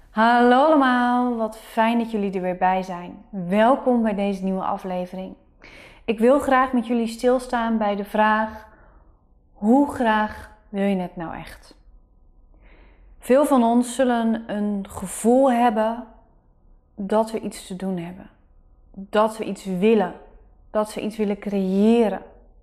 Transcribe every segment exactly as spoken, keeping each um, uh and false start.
Hallo allemaal, wat fijn dat jullie er weer bij zijn. Welkom bij deze nieuwe aflevering. Ik wil graag met jullie stilstaan bij de vraag: hoe graag wil je het nou echt? Veel van ons zullen een gevoel hebben dat we iets te doen hebben. Dat we iets willen. Dat we iets willen creëren.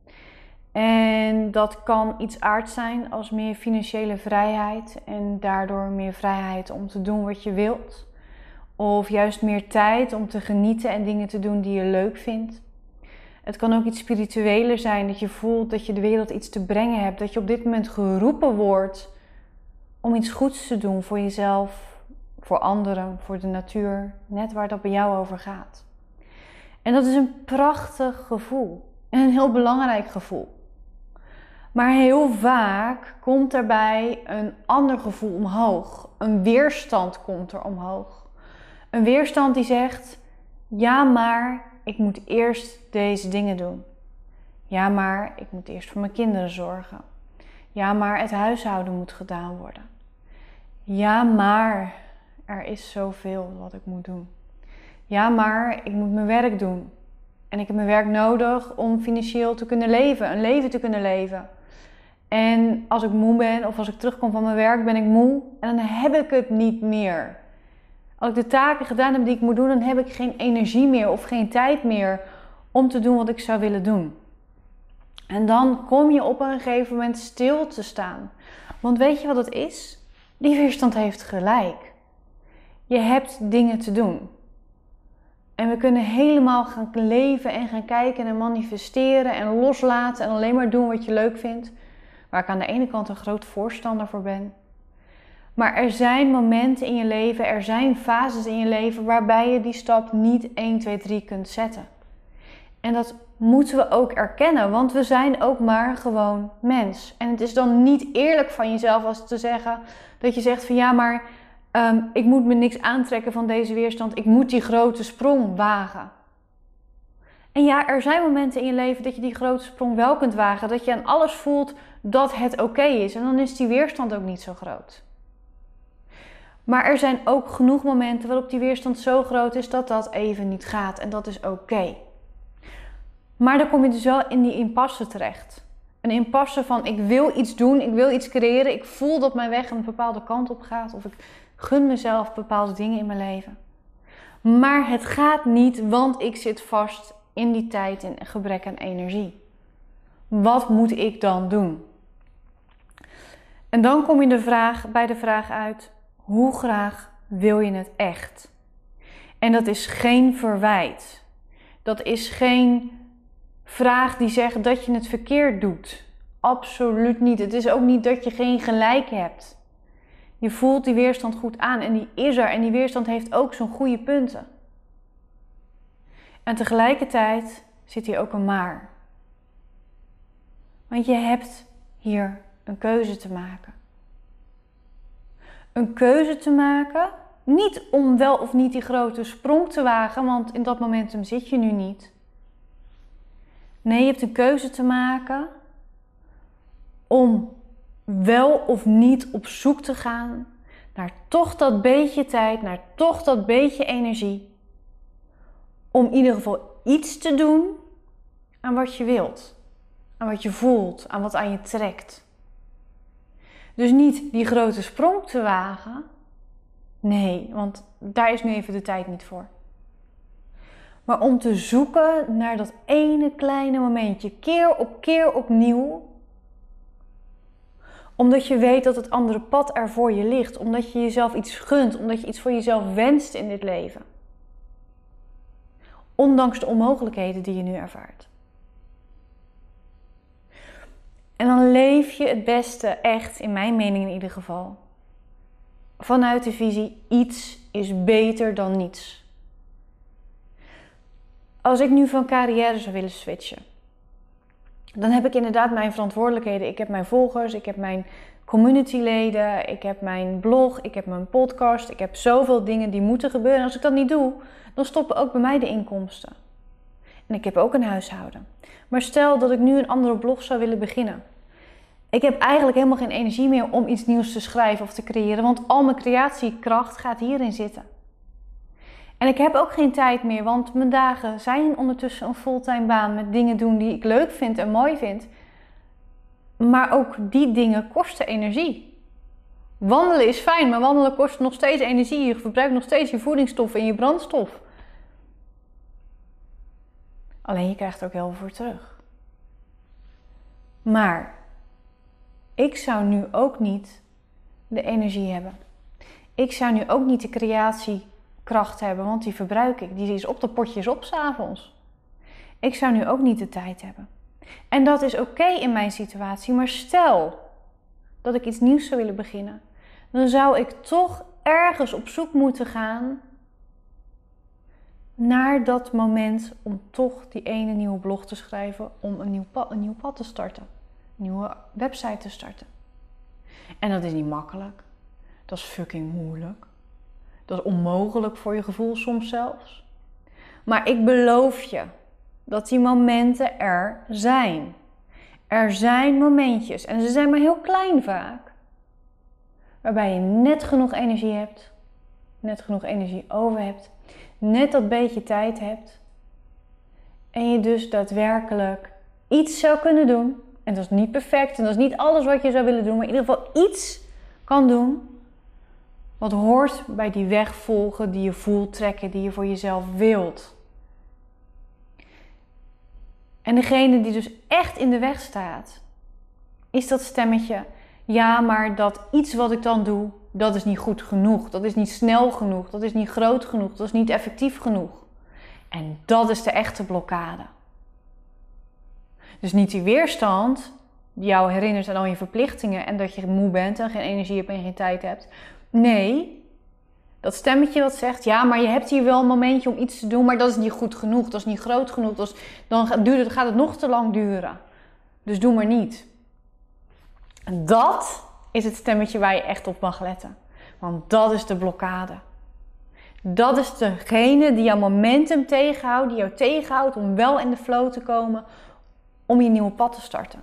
En dat kan iets aards zijn als meer financiële vrijheid en daardoor meer vrijheid om te doen wat je wilt. Of juist meer tijd om te genieten en dingen te doen die je leuk vindt. Het kan ook iets spiritueler zijn, dat je voelt dat je de wereld iets te brengen hebt. Dat je op dit moment geroepen wordt om iets goeds te doen voor jezelf, voor anderen, voor de natuur. Net waar dat bij jou over gaat. En dat is een prachtig gevoel. En een heel belangrijk gevoel. Maar heel vaak komt daarbij een ander gevoel omhoog. Een weerstand komt er omhoog. Een weerstand die zegt: ja, maar ik moet eerst deze dingen doen. Ja, maar ik moet eerst voor mijn kinderen zorgen. Ja, maar het huishouden moet gedaan worden. Ja, maar er is zoveel wat ik moet doen. Ja, maar ik moet mijn werk doen. En ik heb mijn werk nodig om financieel te kunnen leven, een leven te kunnen leven. En als ik moe ben of als ik terugkom van mijn werk ben ik moe en dan heb ik het niet meer. Als ik de taken gedaan heb die ik moet doen, dan heb ik geen energie meer of geen tijd meer om te doen wat ik zou willen doen. En dan kom je op een gegeven moment stil te staan. Want weet je wat het is? Die weerstand heeft gelijk. Je hebt dingen te doen. En we kunnen helemaal gaan leven en gaan kijken en manifesteren en loslaten en alleen maar doen wat je leuk vindt. Waar ik aan de ene kant een groot voorstander voor ben. Maar er zijn momenten in je leven, er zijn fases in je leven waarbij je die stap niet één, twee, drie kunt zetten. En dat moeten we ook erkennen, want we zijn ook maar gewoon mens. En het is dan niet eerlijk van jezelf als te zeggen dat je zegt van ja, maar um, ik moet me niks aantrekken van deze weerstand. Ik moet die grote sprong wagen. En ja, er zijn momenten in je leven dat je die grote sprong wel kunt wagen. Dat je aan alles voelt dat het oké is. En dan is die weerstand ook niet zo groot. Maar er zijn ook genoeg momenten waarop die weerstand zo groot is dat dat even niet gaat. En dat is oké. Maar dan kom je dus wel in die impasse terecht. Een impasse van ik wil iets doen, ik wil iets creëren. Ik voel dat mijn weg een bepaalde kant op gaat. Of ik gun mezelf bepaalde dingen in mijn leven. Maar het gaat niet, want ik zit vast in die tijd in gebrek aan energie. Wat moet ik dan doen? En dan kom je de vraag, bij de vraag uit: hoe graag wil je het echt? En dat is geen verwijt. Dat is geen vraag die zegt dat je het verkeerd doet. Absoluut niet. Het is ook niet dat je geen gelijk hebt. Je voelt die weerstand goed aan en die is er. En die weerstand heeft ook zo'n goede punten. En tegelijkertijd zit hier ook een maar. Want je hebt hier een keuze te maken. Een keuze te maken, niet om wel of niet die grote sprong te wagen, want in dat momentum zit je nu niet. Nee, je hebt een keuze te maken om wel of niet op zoek te gaan naar toch dat beetje tijd, naar toch dat beetje energie. Om in ieder geval iets te doen aan wat je wilt, aan wat je voelt, aan wat aan je trekt. Dus niet die grote sprong te wagen. Nee, want daar is nu even de tijd niet voor. Maar om te zoeken naar dat ene kleine momentje, keer op keer opnieuw. Omdat je weet dat het andere pad er voor je ligt. Omdat je jezelf iets gunt, omdat je iets voor jezelf wenst in dit leven. Ondanks de onmogelijkheden die je nu ervaart. En dan leef je het beste echt, in mijn mening in ieder geval, vanuit de visie: iets is beter dan niets. Als ik nu van carrière zou willen switchen, dan heb ik inderdaad mijn verantwoordelijkheden. Ik heb mijn volgers, ik heb mijn communityleden, ik heb mijn blog, ik heb mijn podcast. Ik heb zoveel dingen die moeten gebeuren. En als ik dat niet doe, dan stoppen ook bij mij de inkomsten. En ik heb ook een huishouden. Maar stel dat ik nu een andere blog zou willen beginnen. Ik heb eigenlijk helemaal geen energie meer om iets nieuws te schrijven of te creëren, want al mijn creatiekracht gaat hierin zitten. En ik heb ook geen tijd meer, want mijn dagen zijn ondertussen een fulltime baan met dingen doen die ik leuk vind en mooi vind. Maar ook die dingen kosten energie. Wandelen is fijn, maar wandelen kost nog steeds energie. Je verbruikt nog steeds je voedingsstoffen en je brandstof. Alleen je krijgt er ook heel veel voor terug. Maar ik zou nu ook niet de energie hebben. Ik zou nu ook niet de creatiekracht hebben, want die verbruik ik. Die is op de potjes op 's avonds. Ik zou nu ook niet de tijd hebben. En dat is oké in mijn situatie, maar stel dat ik iets nieuws zou willen beginnen, dan zou ik toch ergens op zoek moeten gaan naar dat moment om toch die ene nieuwe blog te schrijven, om een nieuw pad, een nieuw pad te starten, een nieuwe website te starten. En dat is niet makkelijk. Dat is fucking moeilijk. Dat is onmogelijk voor je gevoel soms zelfs. Maar ik beloof je dat die momenten er zijn. Er zijn momentjes, en ze zijn maar heel klein vaak, waarbij je net genoeg energie hebt, net genoeg energie over hebt, net dat beetje tijd hebt en je dus daadwerkelijk iets zou kunnen doen. En dat is niet perfect en dat is niet alles wat je zou willen doen, maar in ieder geval iets kan doen wat hoort bij die weg volgen die je voelt trekken, die je voor jezelf wilt. En degene die dus echt in de weg staat, is dat stemmetje, ja, maar dat iets wat ik dan doe, dat is niet goed genoeg. Dat is niet snel genoeg. Dat is niet groot genoeg. Dat is niet effectief genoeg. En dat is de echte blokkade. Dus niet die weerstand die jou herinnert aan al je verplichtingen en dat je moe bent en geen energie hebt en geen tijd hebt. Nee, dat stemmetje dat zegt, ja, maar je hebt hier wel een momentje om iets te doen, maar dat is niet goed genoeg. Dat is niet groot genoeg. Dat is, dan gaat het nog te lang duren. Dus doe maar niet. En dat is het stemmetje waar je echt op mag letten. Want dat is de blokkade. Dat is degene die jouw momentum tegenhoudt, die jou tegenhoudt om wel in de flow te komen, om je nieuwe pad te starten.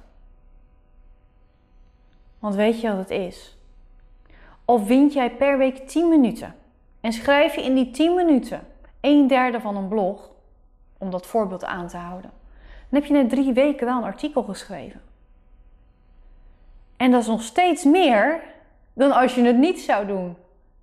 Want weet je wat het is? Of wint jij per week tien minuten en schrijf je in die tien minuten een derde van een blog, om dat voorbeeld aan te houden, dan heb je na drie weken wel een artikel geschreven. En dat is nog steeds meer dan als je het niet zou doen.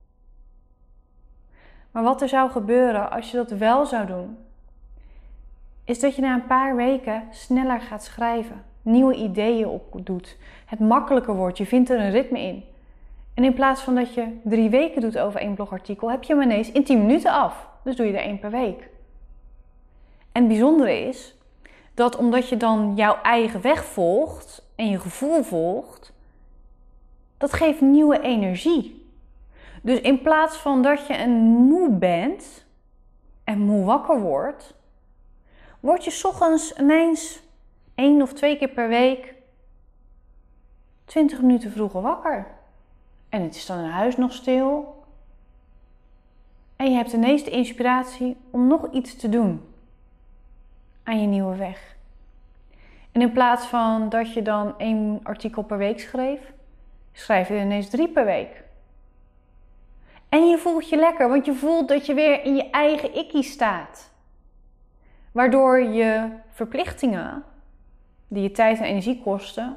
Maar wat er zou gebeuren als je dat wel zou doen, is dat je na een paar weken sneller gaat schrijven. Nieuwe ideeën opdoet. Het makkelijker wordt. Je vindt er een ritme in. En in plaats van dat je drie weken doet over één blogartikel, heb je hem ineens in tien minuten af. Dus doe je er één per week. En het bijzondere is dat omdat je dan jouw eigen weg volgt en je gevoel volgt, dat geeft nieuwe energie. Dus in plaats van dat je een moe bent en moe wakker wordt, word je 's ochtends ineens één of twee keer per week twintig minuten vroeger wakker. En het is dan in huis nog stil. En je hebt ineens de inspiratie om nog iets te doen aan je nieuwe weg. En in plaats van dat je dan één artikel per week schreef, schrijf je er ineens drie per week. En je voelt je lekker, want je voelt dat je weer in je eigen ikkie staat. Waardoor je verplichtingen, die je tijd en energie kosten,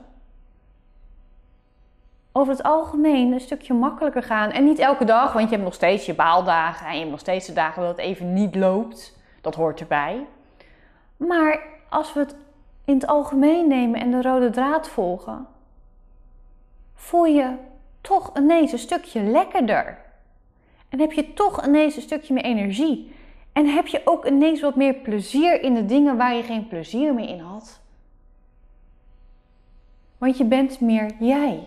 over het algemeen een stukje makkelijker gaan. En niet elke dag, want je hebt nog steeds je baaldagen en je hebt nog steeds de dagen dat het even niet loopt. Dat hoort erbij. Maar als we het in het algemeen nemen en de rode draad volgen, voel je toch ineens een stukje lekkerder. En heb je toch ineens een stukje meer energie. En heb je ook ineens wat meer plezier in de dingen waar je geen plezier meer in had. Want je bent meer jij.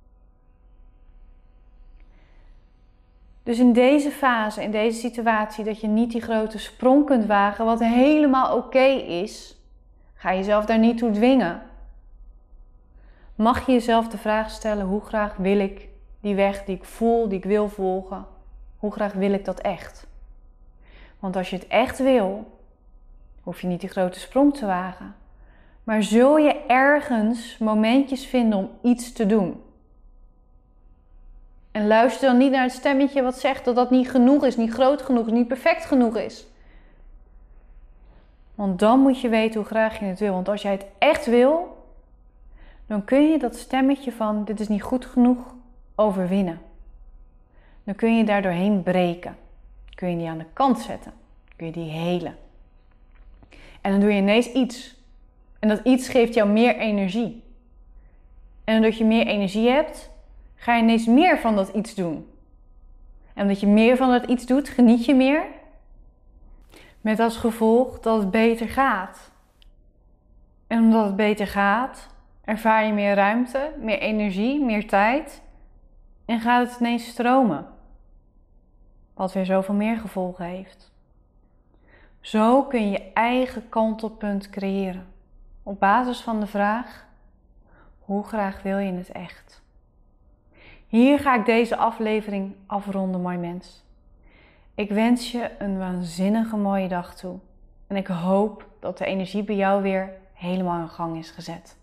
Dus in deze fase, in deze situatie, dat je niet die grote sprong kunt wagen, wat helemaal oké is, ga jezelf daar niet toe dwingen. Mag je jezelf de vraag stellen, hoe graag wil ik die weg die ik voel, die ik wil volgen, hoe graag wil ik dat echt? Want als je het echt wil, hoef je niet die grote sprong te wagen. maar zul je ergens momentjes vinden om iets te doen. En luister dan niet naar het stemmetje wat zegt dat dat niet genoeg is, niet groot genoeg is, niet perfect genoeg is. Want dan moet je weten hoe graag je het wil. Want als jij het echt wil, dan kun je dat stemmetje van dit is niet goed genoeg overwinnen. Dan kun je daar doorheen breken. Kun je die aan de kant zetten. Kun je die helen. En dan doe je ineens iets. En dat iets geeft jou meer energie. En omdat je meer energie hebt, ga je ineens meer van dat iets doen. En omdat je meer van dat iets doet, geniet je meer. Met als gevolg dat het beter gaat. En omdat het beter gaat, ervaar je meer ruimte, meer energie, meer tijd. En gaat het ineens stromen. Wat weer zoveel meer gevolgen heeft. Zo kun je je eigen kantelpunt creëren. Op basis van de vraag, hoe graag wil je het echt? Hier ga ik deze aflevering afronden, mooi mens. Ik wens je een waanzinnige mooie dag toe. En ik hoop dat de energie bij jou weer helemaal in gang is gezet.